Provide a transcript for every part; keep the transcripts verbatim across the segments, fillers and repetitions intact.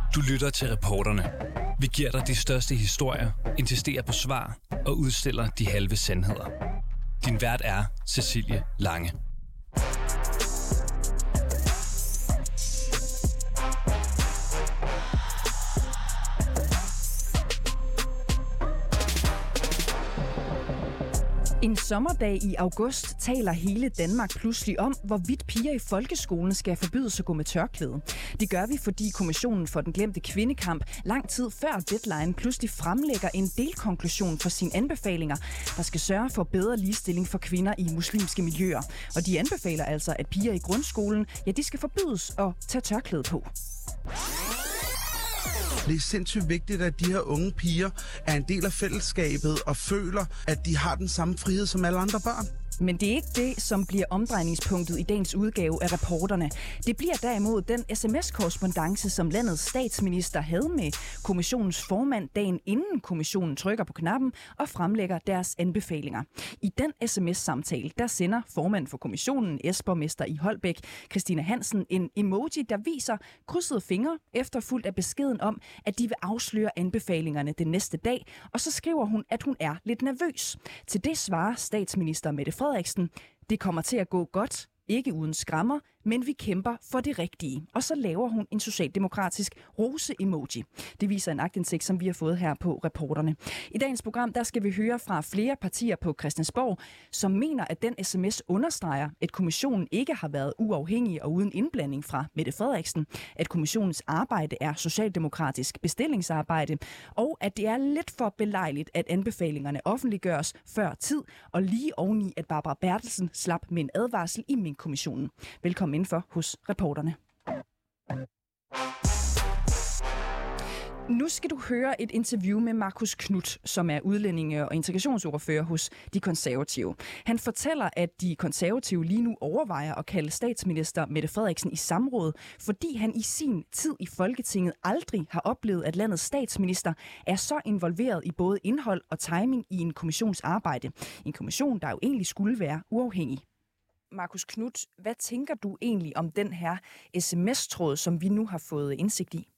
Du lytter til Reporterne. Vi giver dig de største historier, insisterer på svar og udstiller de halve sandheder. Din vært er Cecilie Lange. En sommerdag i august taler hele Danmark pludselig om, hvorvidt piger i folkeskolen skal forbydes at gå med tørklæde. Det gør vi, fordi Kommissionen for den glemte kvindekamp lang tid før deadline pludselig fremlægger en delkonklusion for sine anbefalinger, der skal sørge for bedre ligestilling for kvinder i muslimske miljøer. Og de anbefaler altså, at piger i grundskolen, ja, de skal forbydes at tage tørklæde på. Det er sindssygt vigtigt, at de her unge piger er en del af fællesskabet og føler, at de har den samme frihed som alle andre børn. Men det er ikke det, som bliver omdrejningspunktet i dagens udgave af Reporterne. Det bliver derimod den sms-korrespondance, som landets statsminister havde med kommissionens formand dagen inden kommissionen trykker på knappen og fremlægger deres anbefalinger. I den sms-samtale, der sender formand for kommissionen, S-borgmester i Holbæk, Christina Hansen, en emoji, der viser krydsede fingre, efterfulgt af beskeden om, at de vil afsløre anbefalingerne den næste dag, og så skriver hun, at hun er lidt nervøs. Til det svarer statsminister Mette Frederiksen: det kommer til at gå godt, ikke uden skrammer, men vi kæmper for det rigtige. Og så laver hun en socialdemokratisk rose-emoji. Det viser en aktindsigt, som vi har fået her på Reporterne. I dagens program, der skal vi høre fra flere partier på Christiansborg, som mener, at den sms understreger, at kommissionen ikke har været uafhængig og uden indblanding fra Mette Frederiksen, at kommissionens arbejde er socialdemokratisk bestillingsarbejde, og at det er lidt for belejligt, at anbefalingerne offentliggøres før tid, og lige oveni, at Barbara Bertelsen slap med en advarsel i Mink-kommissionen. Velkommen indenfor hos Reporterne. Nu skal du høre et interview med Marcus Knuth, som er udlændinge- og integrationsordfører hos De Konservative. Han fortæller, at De Konservative lige nu overvejer at kalde statsminister Mette Frederiksen i samråd, fordi han i sin tid i Folketinget aldrig har oplevet, at landets statsminister er så involveret i både indhold og timing i en kommissionsarbejde. En kommission, der jo egentlig skulle være uafhængig. Marcus Knuth, hvad tænker du egentlig om den her sms-tråd, som vi nu har fået indsigt i?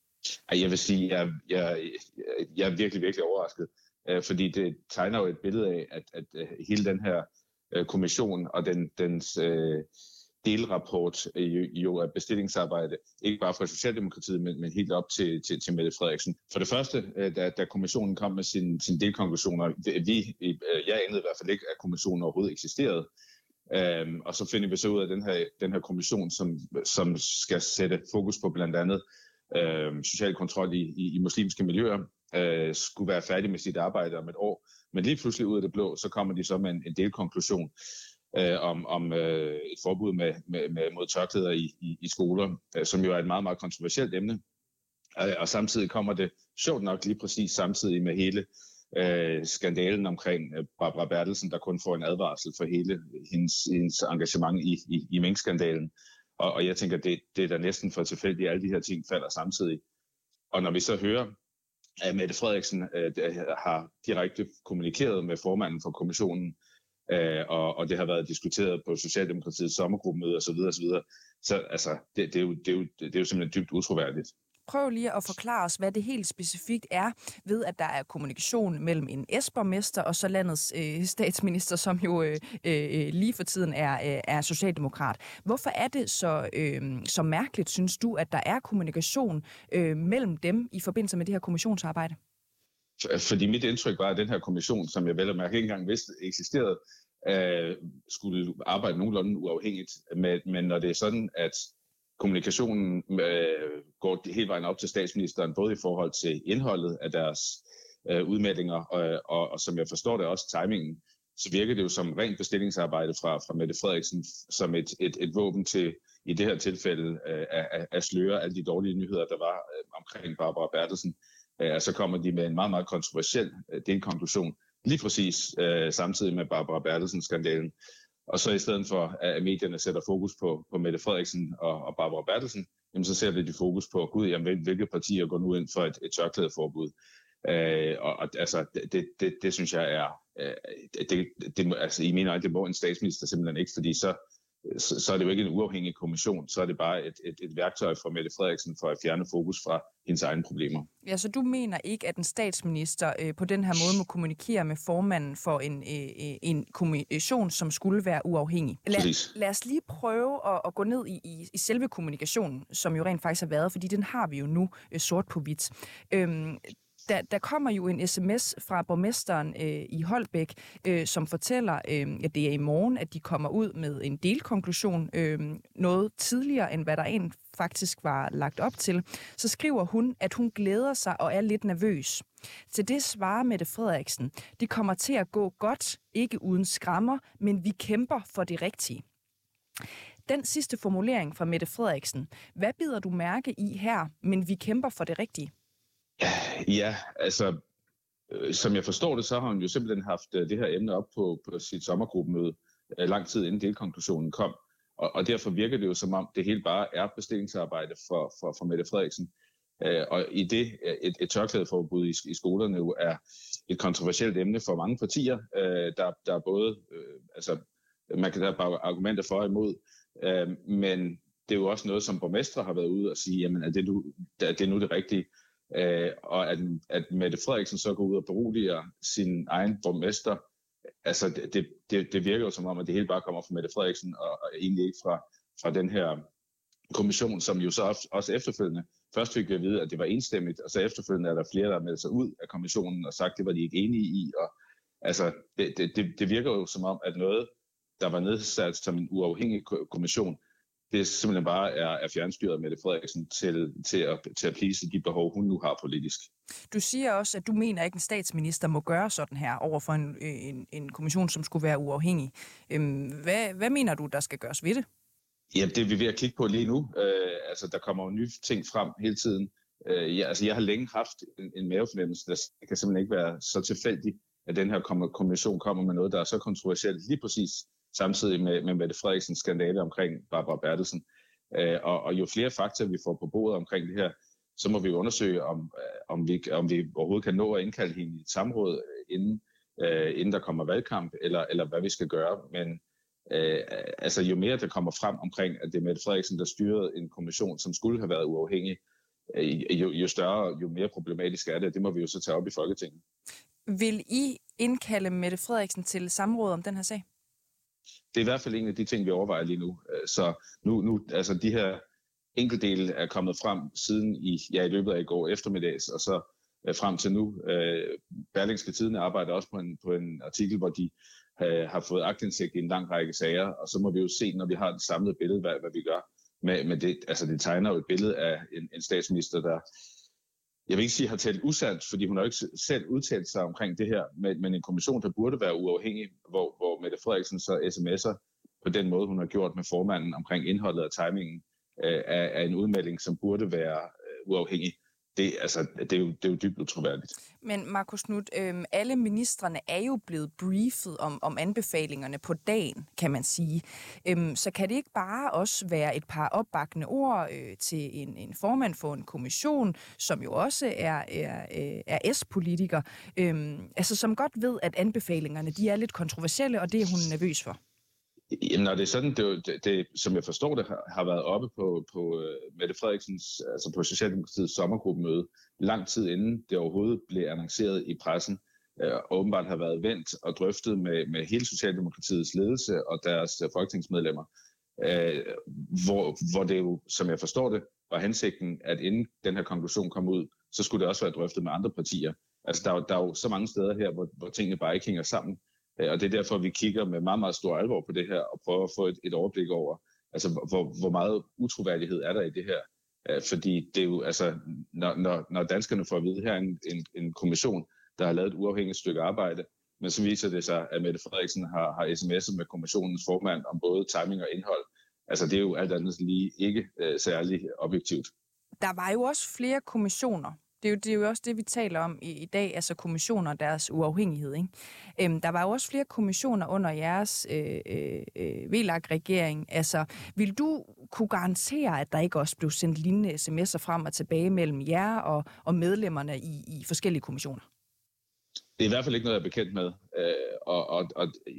Jeg vil sige, at jeg, jeg, jeg er virkelig, virkelig overrasket, fordi det tegner jo et billede af, at, at hele den her kommission og den, dens øh, delrapport jo, jo er bestillingsarbejde, ikke bare for Socialdemokratiet, men, men helt op til, til, til Mette Frederiksen. For det første, da, da kommissionen kom med sine sin delkonklusioner, vi, jeg anede i hvert fald ikke, at kommissionen overhovedet eksisterede. Øhm, og så finder vi så ud af den her, den her kommission, som, som skal sætte fokus på blandt andet øhm, social kontrol i, i, i muslimske miljøer, øh, skulle være færdig med sit arbejde om et år. Men lige pludselig ud af det blå, så kommer de så med en, en delkonklusion øh, om, om øh, et forbud med, med, med mod tørklæder i, i, i skoler, øh, som jo er et meget, meget kontroversielt emne. Øh, og samtidig kommer det sjovt nok lige præcis samtidig med hele Øh, skandalen omkring øh, Barbara Bertelsen, der kun får en advarsel for hele hendes, hendes engagement i, i, i Mink-skandalen. Og, og jeg tænker, det, det er da næsten for tilfældigt, at alle de her ting falder samtidig. Og når vi så hører, at Mette Frederiksen øh, har direkte kommunikeret med formanden for kommissionen, øh, og, og det har været diskuteret på Socialdemokratiets sommergruppemøde osv., osv., så altså, det, det, er jo, det, er jo, det er jo simpelthen dybt utroværdigt. Prøv lige at forklare os, hvad det helt specifikt er ved, at der er kommunikation mellem en S-borgmester og så landets øh, statsminister, som jo øh, øh, lige for tiden er, øh, er socialdemokrat. Hvorfor er det så, øh, så mærkeligt, synes du, at der er kommunikation øh, mellem dem i forbindelse med det her kommissionsarbejde? Fordi mit indtryk var, at den her kommission, som jeg vel og mærke ikke engang vidste eksisterede, øh, skulle arbejde nogenlunde uafhængigt. Men, men når det er sådan, at kommunikationen øh, går hele vejen op til statsministeren, både i forhold til indholdet af deres øh, udmeldinger, og, og, og som jeg forstår det også timingen, så virker det jo som rent bestillingsarbejde fra, fra Mette Frederiksen, som et, et, et våben til, i det her tilfælde, øh, at, at sløre alle de dårlige nyheder, der var øh, omkring Barbara Bertelsen. Øh, og så kommer de med en meget, meget kontroversiel øh, delkonklusion, lige præcis øh, samtidig med Barbara Bertelsen-skandalen. Og så i stedet for, at medierne sætter fokus på, på Mette Frederiksen og, og Barbara Bertelsen, jamen så sætter de fokus på, gud, jamen, hvilke partier går nu ind for et, et tørklædeforbud. Øh, og, og altså, det, det, det synes jeg er, øh, det, det, altså i mine øjne, det må en statsminister simpelthen ikke, fordi så, så, så er det jo ikke en uafhængig kommission, så er det bare et, et, et værktøj for Mette Frederiksen for at fjerne fokus fra hendes egne problemer. Ja, så du mener ikke, at en statsminister øh, på den her måde må kommunikere med formanden for en, øh, en kommission, som skulle være uafhængig? Lad, lad os lige prøve at, at gå ned i, i, i selve kommunikationen, som jo rent faktisk har været, fordi den har vi jo nu øh, sort på hvidt. Øhm, Der, der kommer jo en sms fra borgmesteren øh, i Holbæk, øh, som fortæller, øh, at det er i morgen, at de kommer ud med en delkonklusion, øh, noget tidligere, end hvad der en faktisk var lagt op til. Så skriver hun, at hun glæder sig og er lidt nervøs. Til det svarer Mette Frederiksen, det kommer til at gå godt, ikke uden skrammer, men vi kæmper for det rigtige. Den sidste formulering fra Mette Frederiksen, hvad bider du mærke i her, men vi kæmper for det rigtige? Ja, altså, øh, som jeg forstår det, så har hun jo simpelthen haft øh, det her emne op på, på sit sommergruppemøde øh, lang tid inden delkonklusionen kom. Og, og derfor virker det jo som om, det hele bare er bestillingsarbejde for, for, for Mette Frederiksen. Øh, og i det, et, et tørklædeforbud i, i skolerne jo er et kontroversielt emne for mange partier. Øh, der, der er både, øh, altså, man kan have argumenter for og imod, øh, men det er jo også noget, som borgmestre har været ude og sige, jamen er det nu, er det, nu det rigtige? Øh, og at, at Mette Frederiksen så går ud og beroliger sin egen borgmester, altså det, det, det virker jo som om, at det hele bare kommer fra Mette Frederiksen, og, og egentlig ikke fra, fra den her kommission, som jo så også efterfølgende, først fik vi at vide, at det var enstemmigt, og så efterfølgende er der flere, der har meldt sig ud af kommissionen og sagt, at det var de ikke enige i, og altså det, det, det virker jo som om, at noget, der var nedsat som en uafhængig kommission, det simpelthen bare er, er fjernstyret af Mette Frederiksen til, til, at, til at please de behov, hun nu har politisk. Du siger også, at du mener ikke, en statsminister må gøre sådan her over for en, en, en kommission, som skulle være uafhængig. Hvad, hvad mener du, der skal gøres ved det? Ja, det er vi ved at kigge på lige nu. Øh, altså, der kommer jo nye ting frem hele tiden. Øh, ja, altså, jeg har længe haft en, en mavefornemmelse, der kan simpelthen ikke være så tilfældig, at den her kommission kommer med noget, der er så kontroversielt lige præcis samtidig med, med Mette Frederiksens skandale omkring Barbara Bertelsen. Øh, og, og jo flere fakta vi får på bordet omkring det her, så må vi undersøge, om, om, vi, om vi overhovedet kan nå at indkalde hende i et samråd, inden, øh, inden der kommer valgkamp, eller, eller hvad vi skal gøre. Men øh, altså, jo mere der kommer frem omkring, at det er Mette Frederiksen, der styrede en kommission, som skulle have været uafhængig, øh, jo, jo større, jo mere problematisk er det. Det må vi jo så tage op i Folketinget. Vil I indkalde Mette Frederiksen til samråd om den her sag? Det er i hvert fald en af de ting, vi overvejer lige nu. Så nu, nu altså de her enkeltdele er kommet frem siden i, ja, i løbet af i går eftermiddags, og så øh, frem til nu. Øh, Berlingske Tidende arbejder også på en, på en artikel, hvor de øh, har fået aktindsigt i en lang række sager, og så må vi jo se, når vi har det samlede billede, hvad, hvad vi gør. Men, men det, altså, det tegner jo et billede af en, en statsminister, der, jeg vil ikke sige, har talt usandt, fordi hun har ikke selv udtalt sig omkring det her, men, men en kommission, der burde være uafhængig, hvor, hvor Mette Frederiksen så sms'er på den måde, hun har gjort med formanden omkring indholdet og timingen, øh, af, af en udmelding, som burde være øh, uafhængig. Det, altså, det, er jo, det er jo dybt utroværdigt. Men Marcus Knuth, øh, alle ministrene er jo blevet briefet om, om anbefalingerne på dagen, kan man sige. Øhm, så kan det ikke bare også være et par opbakkende ord øh, til en, en formand for en kommission, som jo også er, er, er S-politiker, øh, altså som godt ved, at anbefalingerne de er lidt kontroversielle, og det er hun nervøs for? Jamen, når det er sådan, det, det, det, som jeg forstår det, har, har været oppe på, på uh, Mette Frederiksens, altså på Socialdemokratiets sommergruppemøde, lang tid inden det overhovedet blev annonceret i pressen, uh, og åbenbart har været vendt og drøftet med, med hele Socialdemokratiets ledelse og deres uh, folketingsmedlemmer, uh, hvor, hvor det jo, som jeg forstår det, var hensigten, at inden den her konklusion kom ud, så skulle det også være drøftet med andre partier. Altså, der, der er jo så mange steder her, hvor, hvor tingene bare ikke hænger sammen. Og det er derfor, vi kigger med meget, meget stor alvor på det her og prøver at få et, et overblik over, altså hvor, hvor meget utroværdighed er der i det her. Fordi det er jo, altså, når, når, når danskerne får at vide, her er en, en, en kommission, der har lavet et uafhængigt stykke arbejde, men så viser det sig, at Mette Frederiksen har, har sms'et med kommissionens formand om både timing og indhold. Altså det er jo alt andet lige ikke øh, særlig objektivt. Der var jo også flere kommissioner. Det er, jo, det er jo også det, vi taler om i, i dag, altså kommissioner og deres uafhængighed. Ikke? Øhm, der var jo også flere kommissioner under jeres øh, øh, V L A K-regering. Altså, vil du kunne garantere, at der ikke også blev sendt lignende sms'er frem og tilbage mellem jer og, og medlemmerne i, i forskellige kommissioner? Det er i hvert fald ikke noget, jeg er bekendt med. Øh, og, og, og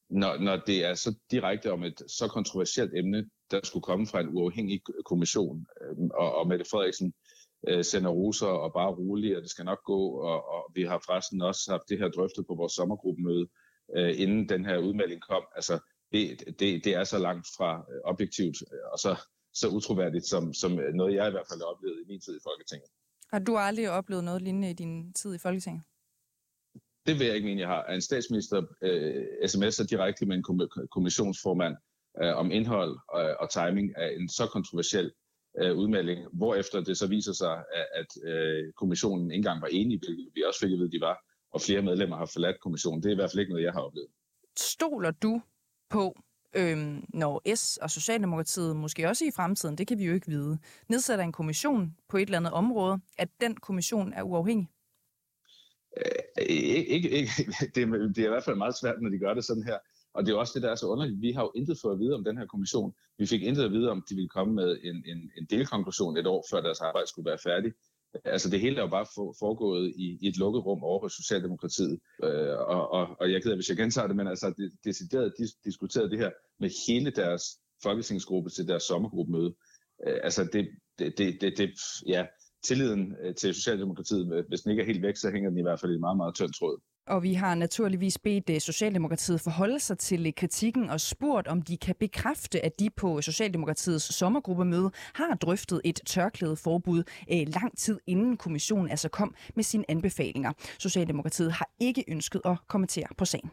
når, når det er så direkte om et så kontroversielt emne, der skulle komme fra en uafhængig kommission, og, og Mette Frederiksen øh, sender roser og bare roligt, og det skal nok gå, og, og vi har forresten også haft det her drøftet på vores sommergruppemøde, øh, inden den her udmelding kom. Altså, det, det, det er så langt fra objektivt, og så, så utroværdigt, som, som noget, jeg i hvert fald har oplevet i min tid i Folketinget. Har du aldrig oplevet noget lignende i din tid i Folketinget? Det vil jeg ikke mene, jeg har. En statsminister øh, sms'er direkte med en kommissionsformand øh, om indhold og, og timing af en så kontroversiel øh, udmelding, hvorefter det så viser sig, at, at øh, kommissionen ikke engang var enige, hvilket vi også fik at vide, de var, og flere medlemmer har forladt kommissionen. Det er i hvert fald ikke noget, jeg har oplevet. Stoler du på, øhm, når S og Socialdemokratiet, måske også i fremtiden, det kan vi jo ikke vide, nedsætter en kommission på et eller andet område, at den kommission er uafhængig? Øh, ikke, ikke, ikke. Det, er, det er i hvert fald meget svært, når de gør det sådan her. Og det er også det, der er så underligt. Vi har jo intet fået at vide om den her kommission. Vi fik intet at vide om, de ville komme med en, en, en delkonklusion et år, før deres arbejde skulle være færdig. Altså det hele er jo bare foregået i, i et lukket rum over hos Socialdemokratiet. Øh, og, og, og jeg keder, hvis jeg gentager det, men altså det, decideret de diskuterede det her med hele deres folketingsgruppe til deres sommergruppemøde. Øh, altså det, det, det, det, det, ja, tilliden til Socialdemokratiet, hvis den ikke er helt væk, så hænger den i hvert fald i en meget, meget tynd tråd. Og vi har naturligvis bedt Socialdemokratiet forholde sig til kritikken og spurgt, om de kan bekræfte, at de på Socialdemokratiets sommergruppemøde har drøftet et tørklædeforbud eh, lang tid inden kommissionen altså kom med sine anbefalinger. Socialdemokratiet har ikke ønsket at kommentere på sagen.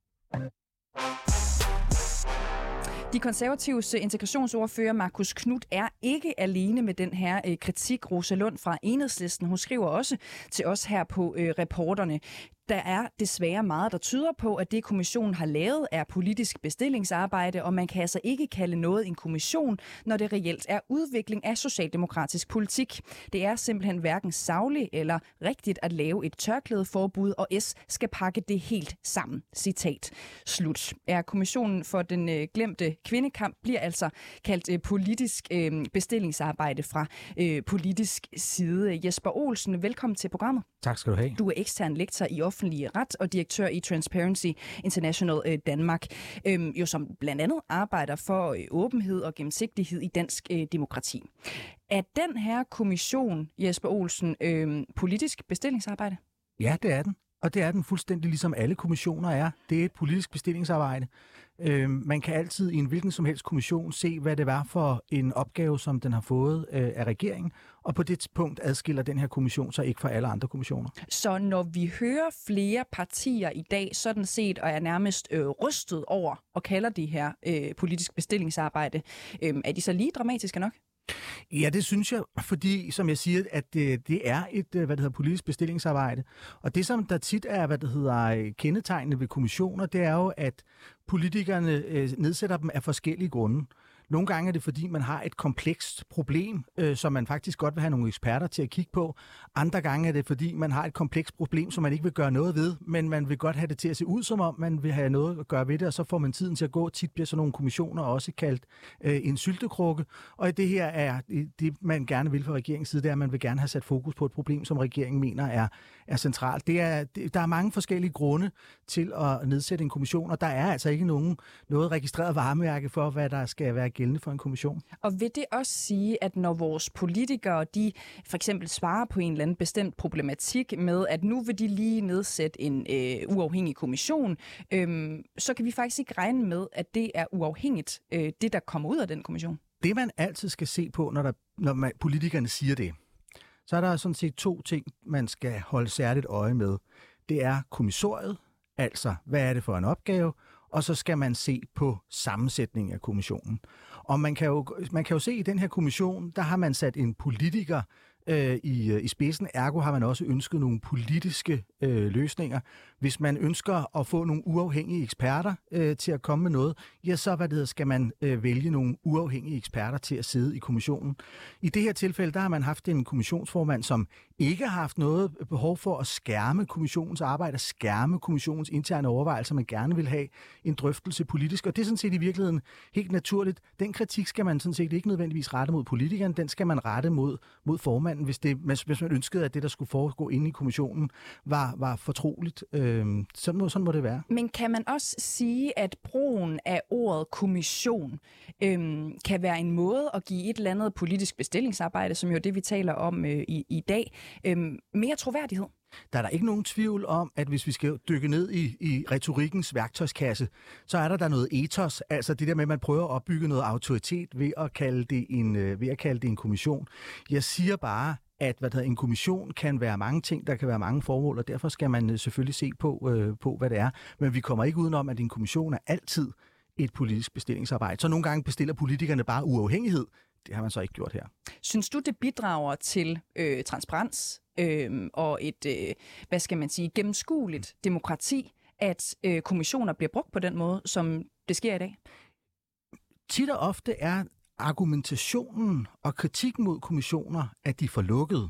De konservatives integrationsordfører Marcus Knuth er ikke alene med den her øh, kritik. Rosa Lund fra Enhedslisten, hun skriver også til os her på øh, Reporterne. Der er desværre meget, der tyder på, at det kommissionen har lavet er politisk bestillingsarbejde, og man kan altså ikke kalde noget en kommission, når det reelt er udvikling af socialdemokratisk politik. Det er simpelthen hverken sagligt eller rigtigt at lave et tørklædeforbud, og S skal pakke det helt sammen. Citat slut. Er kommissionen for den øh, glemte kvindekamp bliver altså kaldt øh, politisk øh, bestillingsarbejde fra øh, politisk side. Jesper Olsen, velkommen til programmet. Tak skal du have. Du er ekstern lektor i offentlig ret og direktør i Transparency International øh, Danmark, øh, jo som blandt andet arbejder for øh, åbenhed og gennemsigtighed i dansk øh, demokrati. Er den her kommission, Jesper Olsen, øh, politisk bestillingsarbejde? Ja, det er den. Og det er den fuldstændig ligesom alle kommissioner er. Det er et politisk bestillingsarbejde. Øh, man kan altid i en hvilken som helst kommission se, hvad det var for en opgave, som den har fået øh, af regeringen. Og på det punkt adskiller den her kommission sig ikke fra alle andre kommissioner. Så når vi hører flere partier i dag sådan set, og er nærmest øh, rystet over og kalder det her øh, politisk bestillingsarbejde, øh, er de så lige dramatiske nok? Ja, det synes jeg, fordi, som jeg siger, at det, det er et, hvad det hedder, politisk bestillingsarbejde. Og det, som der tit er, hvad det hedder, kendetegnende ved kommissioner, det er jo, at politikerne øh, nedsætter dem af forskellige grunde. Nogle gange er det, fordi man har et komplekst problem, øh, som man faktisk godt vil have nogle eksperter til at kigge på. Andre gange er det, fordi man har et komplekst problem, som man ikke vil gøre noget ved, men man vil godt have det til at se ud, som om man vil have noget at gøre ved det, og så får man tiden til at gå. Tit bliver sådan nogle kommissioner også kaldt øh, en syltekrukke. Og det her er det, man gerne vil fra regeringens side, det er, at man vil gerne have sat fokus på et problem, som regeringen mener er, er centralt. Det er, det, der er mange forskellige grunde til at nedsætte en kommission, og der er altså ikke nogen, noget registreret varemærke for, hvad der skal være gældende for en kommission. Og vil det også sige, at når vores politikere, de for eksempel svarer på en eller anden bestemt problematik med, at nu vil de lige nedsætte en øh, uafhængig kommission, øh, så kan vi faktisk ikke regne med, at det er uafhængigt, øh, det der kommer ud af den kommission? Det man altid skal se på, når, der, når man, politikerne siger det, så er der sådan set to ting, man skal holde særligt øje med. Det er kommissoriet, altså hvad er det for en opgave, og så skal man se på sammensætningen af kommissionen. Og man kan jo, man kan jo se, at i den her kommission, der har man sat en politiker øh, i, i spidsen. Ergo har man også ønsket nogle politiske øh, løsninger. Hvis man ønsker at få nogle uafhængige eksperter øh, til at komme med noget, ja, så hvad det hedder, skal man øh, vælge nogle uafhængige eksperter til at sidde i kommissionen. I det her tilfælde, der har man haft en kommissionsformand, som ikke har haft noget behov for at skærme kommissionens arbejde, skærme kommissionens interne overvejelser, man gerne vil have en drøftelse politisk. Og det er sådan set i virkeligheden helt naturligt. Den kritik skal man sådan set ikke nødvendigvis rette mod politikeren, den skal man rette mod, mod formanden. formanden, hvis, det, hvis man ønskede, at det, der skulle foregå inde i kommissionen, var, var fortroligt. Øh, sådan, må, sådan må det være. Men kan man også sige, at brugen af ordet kommission øh, kan være en måde at give et eller andet politisk bestillingsarbejde, som jo er det, vi taler om øh, i, i dag, øh, mere troværdighed? Der er der ikke nogen tvivl om, at hvis vi skal dykke ned i, i retorikkens værktøjskasse, så er der der noget ethos, altså det der med, at man prøver at opbygge noget autoritet ved at kalde det en, ved at kalde det en kommission. Jeg siger bare, at hvad der hedder, en kommission kan være mange ting, der kan være mange formål, og derfor skal man selvfølgelig se på, øh, på, hvad det er. Men vi kommer ikke udenom, at en kommission er altid et politisk bestillingsarbejde. Så nogle gange bestiller politikerne bare uafhængighed. Det har man så ikke gjort her. Synes du, det bidrager til øh, transparens øh, og et, øh, hvad skal man sige, gennemskueligt demokrati, at øh, kommissioner bliver brugt på den måde, som det sker i dag? Tit og ofte er argumentationen og kritik mod kommissioner, at de er for lukkede.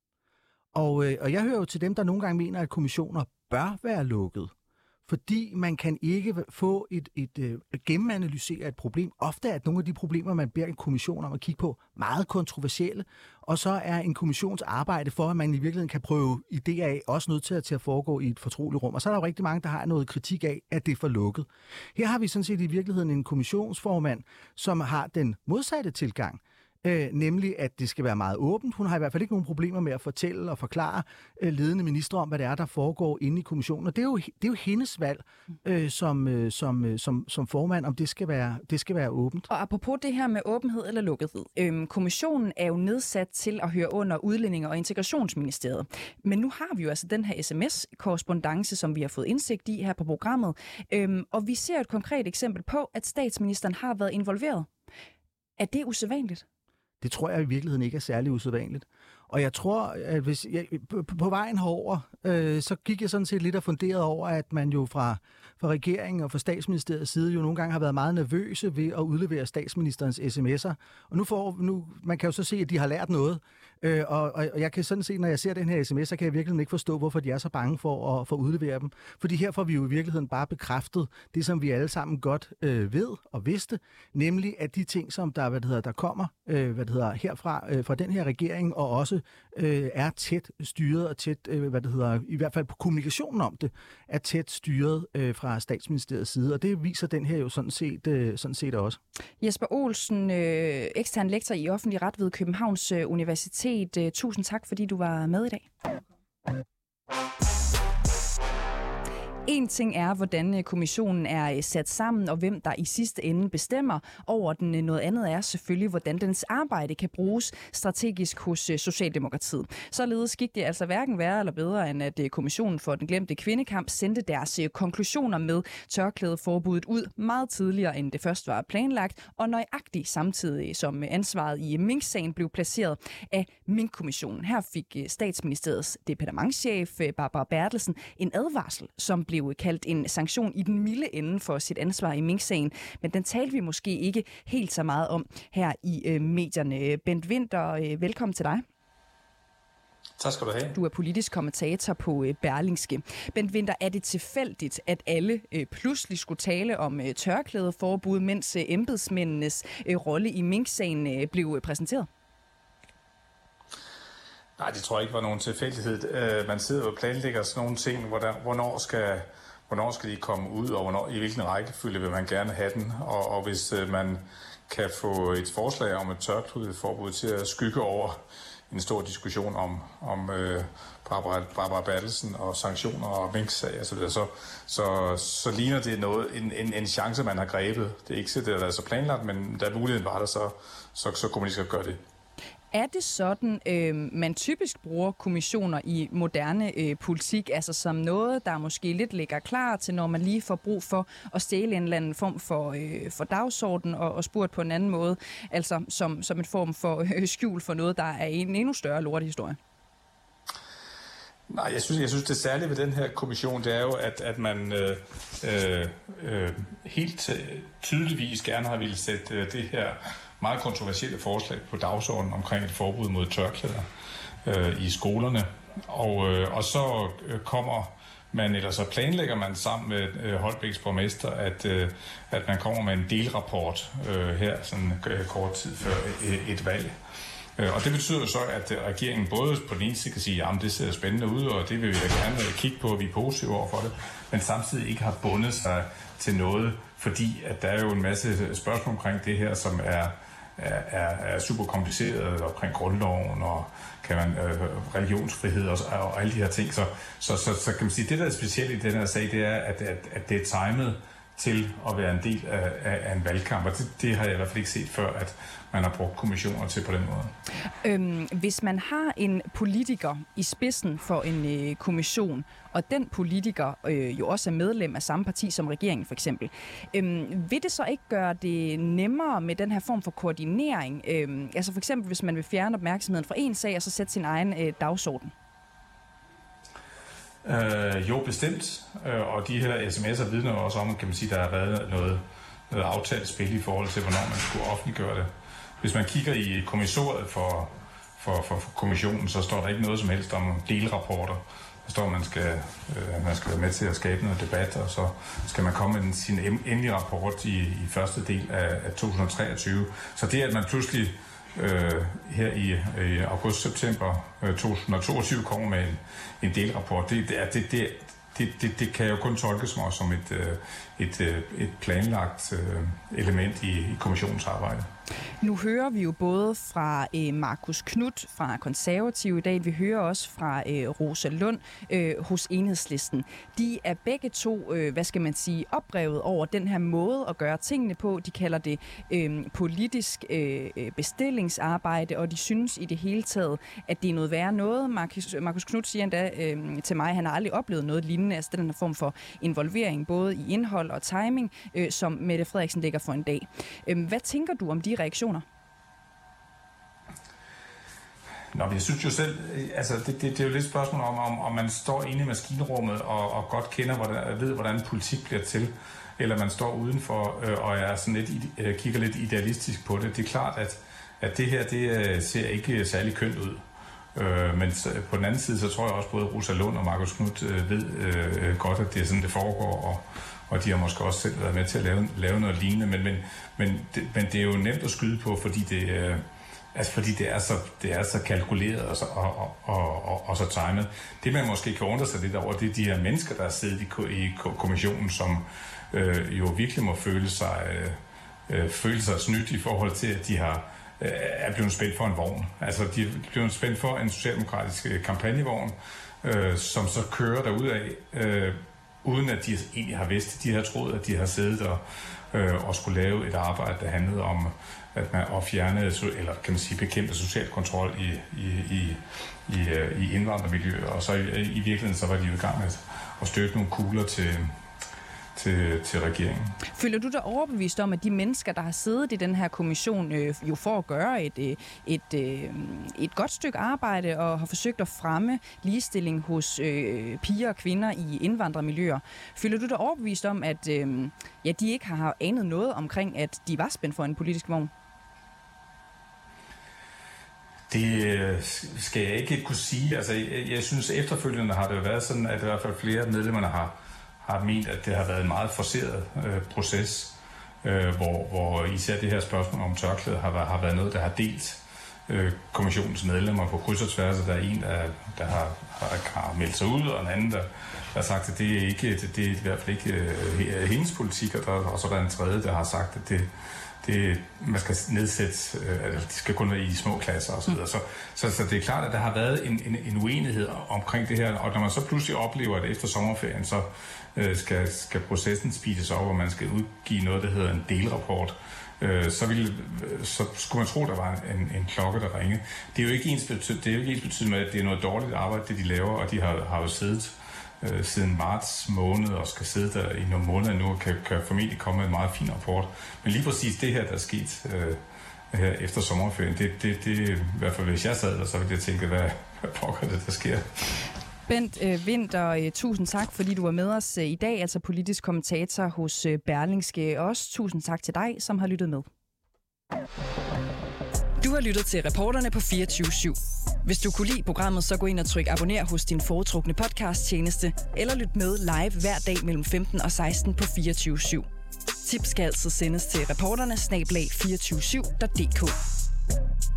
Og, øh, og jeg hører jo til dem, der nogle gange mener, at kommissioner bør være lukket. Fordi man kan ikke få et, et, et, et gennemanalysere et problem. Ofte er nogle af de problemer, man beder en kommission om at kigge på, meget kontroversielle. Og så er en kommissions arbejde for, at man i virkeligheden kan prøve idéer af, også nødt til at, til at foregå i et fortroligt rum. Og så er der jo rigtig mange, der har noget kritik af, at det er for lukket. Her har vi sådan set i virkeligheden en kommissionsformand, som har den modsatte tilgang. Øh, nemlig at det skal være meget åbent. Hun har i hvert fald ikke nogen problemer med at fortælle og forklare øh, ledende ministre om, hvad det er, der foregår inde i kommissionen. Og det er jo, det er jo hendes valg øh, som, øh, som, øh, som, som formand, om det skal, være, det skal være åbent. Og apropos det her med åbenhed eller lukkethed. Øh, kommissionen er jo nedsat til at høre under Udlændinge- og Integrationsministeriet. Men nu har vi jo altså den her sms-korrespondance, som vi har fået indsigt i her på programmet. Øh, og vi ser et konkret eksempel på, at statsministeren har været involveret. Er det usædvanligt? Det tror jeg i virkeligheden ikke er særlig usædvanligt. Og jeg tror, at hvis jeg, på, på vejen herover, øh, så gik jeg sådan set lidt og funderede over, at man jo fra, fra regeringen og fra statsministeriets side jo nogle gange har været meget nervøse ved at udlevere statsministerens sms'er. Og nu får nu, man kan jo så se, at de har lært noget. Øh, og, og jeg kan sådan se, når jeg ser den her sms, så kan jeg virkelig ikke forstå, hvorfor de er så bange for at, for at udlevere dem. Fordi her får vi jo i virkeligheden bare bekræftet det, som vi alle sammen godt øh, ved og vidste, nemlig at de ting, som der, hvad det hedder, der kommer øh, hvad det hedder, herfra øh, fra den her regering, og også øh, er tæt styret og tæt, øh, hvad det hedder, i hvert fald på kommunikationen om det, er tæt styret øh, fra statsministeriets side. Og det viser den her jo sådan set, øh, sådan set også. Jesper Olsen, øh, ekstern lektor i offentlig ret ved Københavns øh, Universitet. Tusind tak, fordi du var med i dag. En ting er, hvordan kommissionen er sat sammen, og hvem der i sidste ende bestemmer over den. Noget andet er selvfølgelig, hvordan dens arbejde kan bruges strategisk hos Socialdemokratiet. Således gik det altså hverken værre eller bedre, end at kommissionen for den glemte kvindekamp sendte deres konklusioner med tørklædeforbuddet ud meget tidligere, end det først var planlagt, og nøjagtigt samtidig som ansvaret i Mink-sagen blev placeret af Mink-kommissionen. Her fik Statsministeriets departementschef Barbara Bertelsen en advarsel, som blev kaldt en sanktion i den milde ende for sit ansvar i Mink-sagen, men den talte vi måske ikke helt så meget om her i øh, medierne. Bent Winther, øh, velkommen til dig. Tak skal du have. Du er politisk kommentator på øh, Berlingske. Bent Winther, er det tilfældigt, at alle øh, pludselig skulle tale om øh, tørklædeforbud, mens øh, embedsmændenes øh, rolle i Mink-sagen øh, blev øh, præsenteret? Nej, det tror jeg ikke var nogen tilfældighed. Man sidder og planlægger sådan nogle ting, hvornår skal, hvornår skal de komme ud, og hvornår, i hvilken rækkefølge vil man gerne have den. Og, og hvis man kan få et forslag om et tørklædeforbud til at skygge over en stor diskussion om, om øh, Barbara, Barbara Bertelsen og sanktioner og Mink-sag og så videre, så, så, så ligner det noget, en, en, en chance, man har grebet. Det er ikke så, det har været så planlagt, men da muligheden var der, så, så, så kunne man lige så gøre det. Er det sådan, øh, man typisk bruger kommissioner i moderne øh, politik, altså som noget, der måske lidt ligger klar til, når man lige får brug for at stjæle en eller anden form for, øh, for dagsorden og, og spurgt på en anden måde, altså som, som en form for øh, skjul for noget, der er en endnu større lortehistorie? Nej, jeg synes, jeg synes det særlige ved den her kommission, det er jo, at, at man øh, øh, helt tydeligvis gerne har ville sætte øh, det her meget kontroversielle forslag på dagsordenen omkring et forbud mod tørklæder øh, i skolerne. Og, øh, og så øh, kommer man, eller så planlægger man sammen med øh, Holbæks borgmester, at, øh, at man kommer med en delrapport øh, her sådan øh, kort tid før et, et valg. Og det betyder så, at regeringen både på den ene side kan sige, at det ser spændende ud, og det vil vi da gerne kigge på, og vi er positive over for det, men samtidig ikke har bundet sig til noget, fordi at der er jo en masse spørgsmål omkring det her, som er, er, er super kompliceret omkring grundloven og kan man, øh, religionsfrihed og, og alle de her ting. Så, så, så, så kan man sige, det der er specielt i den her sag, det er, at, at, at det er timet til at være en del af, af, af en valgkamp, og det, det har jeg i hvert fald ikke set før, at man har brugt kommissioner til på den måde. Øhm, hvis man har en politiker i spidsen for en øh, kommission, og den politiker øh, jo også er medlem af samme parti som regeringen for eksempel, øhm, vil det så ikke gøre det nemmere med den her form for koordinering? Øhm, altså for eksempel, hvis man vil fjerne opmærksomheden fra en sag, og så sætte sin egen øh, dagsorden? Øh, jo, bestemt. Øh, og de her sms'er vidner også om, kan man sige, der har været noget, noget aftalt spil i forhold til, hvornår man skulle offentliggøre det. Hvis man kigger i kommissoriet for, for, for, for kommissionen, så står der ikke noget som helst om delrapporter. Der står, at man skal, øh, man skal være med til at skabe noget debat, og så skal man komme med sin endelige rapport i, i første del af, af to tusind og treogtyve. Så det, at man pludselig øh, her i, i august-september øh, to tusind og toogtyve kommer med en, en delrapport, det, det, det, det, det, det, det kan jo kun tolkes som et, et, et planlagt element i, i kommissionens arbejde. Nu hører vi jo både fra øh, Marcus Knuth fra Konservative i dag, vi hører også fra øh, Rosa Lund øh, hos Enhedslisten. De er begge to, øh, hvad skal man sige, oprevet over den her måde at gøre tingene på. De kalder det øh, politisk øh, bestillingsarbejde, og de synes i det hele taget, at det er noget værre noget. Marcus, Marcus Knuth siger endda øh, til mig, at han har aldrig oplevet noget lignende, altså den her form for involvering, både i indhold og timing, øh, som Mette Frederiksen lægger for en dag. Øh, hvad tænker du om de reaktioner? Nå, jeg synes jo selv, altså det, det, det er jo lidt et spørgsmål om, om, om man står inde i maskinrummet og, og godt kender, hvordan, ved, hvordan politik bliver til, eller man står udenfor øh, og er sådan lidt, øh, kigger lidt idealistisk på det. Det er klart, at, at det her, det øh, ser ikke særlig kønt ud. Øh, men på den anden side, så tror jeg også, både Rosa Lund og Marcus Knuth øh, ved øh, godt, at det er sådan, det foregår, og og de har måske også selv været med til at lave, lave noget lignende, men, men, men, det, men det er jo nemt at skyde på, fordi det, øh, altså fordi det, er, så, det er så kalkuleret og så, og, og, og, og så timet. Det man måske kan undre sig lidt over, det er de her mennesker, der er siddet i, i kommissionen, som øh, jo virkelig må føle sig, øh, føle sig snydt i forhold til, at de har, øh, er blevet spændt for en vogn. Altså de er blevet spændt for en socialdemokratisk kampagnevogn, øh, som så kører derudad, øh, uden at de egentlig har vidst. De har troet, at de har siddet og, øh, og skulle lave et arbejde, der handlede om at man at fjerne, eller kan man sige, bekæmpe social kontrol i, i, i, i, i indvandrermiljøer. Og så i, i virkeligheden så var de jo i gang med at støtte nogle kugler til, til, til regeringen. Føler du dig overbevist om, at de mennesker, der har siddet i den her kommission, øh, jo for at gøre et, et, et, et godt stykke arbejde og har forsøgt at fremme ligestilling hos øh, piger og kvinder i indvandrermiljøer, føler du dig overbevist om, at øh, ja, de ikke har anet noget omkring, at de var spændt for en politisk vogn? Det skal jeg ikke kunne sige. Altså, jeg, jeg synes, efterfølgende har det været sådan, at i hvert fald flere af medlemmerne har har ment, at det har været en meget forceret øh, proces, øh, hvor, hvor især det her spørgsmål om tørklæde har, har været noget, der har delt øh, kommissionens medlemmer på kryds og tværs. Der er en, der, der har, har, har meldt sig ud, og en anden, der, der har sagt, at det er, ikke, det, det er i hvert fald ikke øh, hendes politik, og, der, og så er der en tredje, der har sagt, at det, det, man skal nedsætte, øh, de skal kun være i små klasser osv. Så, så, så det er klart, at der har været en, en, en uenighed omkring det her, og når man så pludselig oplever, at efter sommerferien, så øh, skal, skal processen speedes op, og man skal udgive noget, der hedder en delrapport, øh, så, ville, så skulle man tro, der var en, en klokke, der ringede. Det er jo ikke ens betydende, det er jo ikke ens betydende med, at det er noget dårligt arbejde, det de laver, og de har, har jo siddet øh, siden marts måned og skal sidde der i nogle måneder nu og kan, kan formentlig komme med en meget fin rapport. Men lige præcis det her, der er sket øh, her efter sommerferien, det, det, det i hvert fald hvis jeg sad der, så ville jeg tænke, hvad, hvad pokker det, der sker. Bent øh, Winther, øh, tusind tak, fordi du var med os øh, i dag, altså politisk kommentator hos øh, Berlingske. Også tusind tak til dig, som har lyttet med. Du har lyttet til Reporterne på fireogtyve syv. Hvis du kunne lide programmet, så gå ind og tryk abonner hos din foretrukne podcasttjeneste, eller lyt med live hver dag mellem femten og seksten på fireogtyve syv. Tips skal altid sendes til reporterne snabel-a to fire syv punktum d k.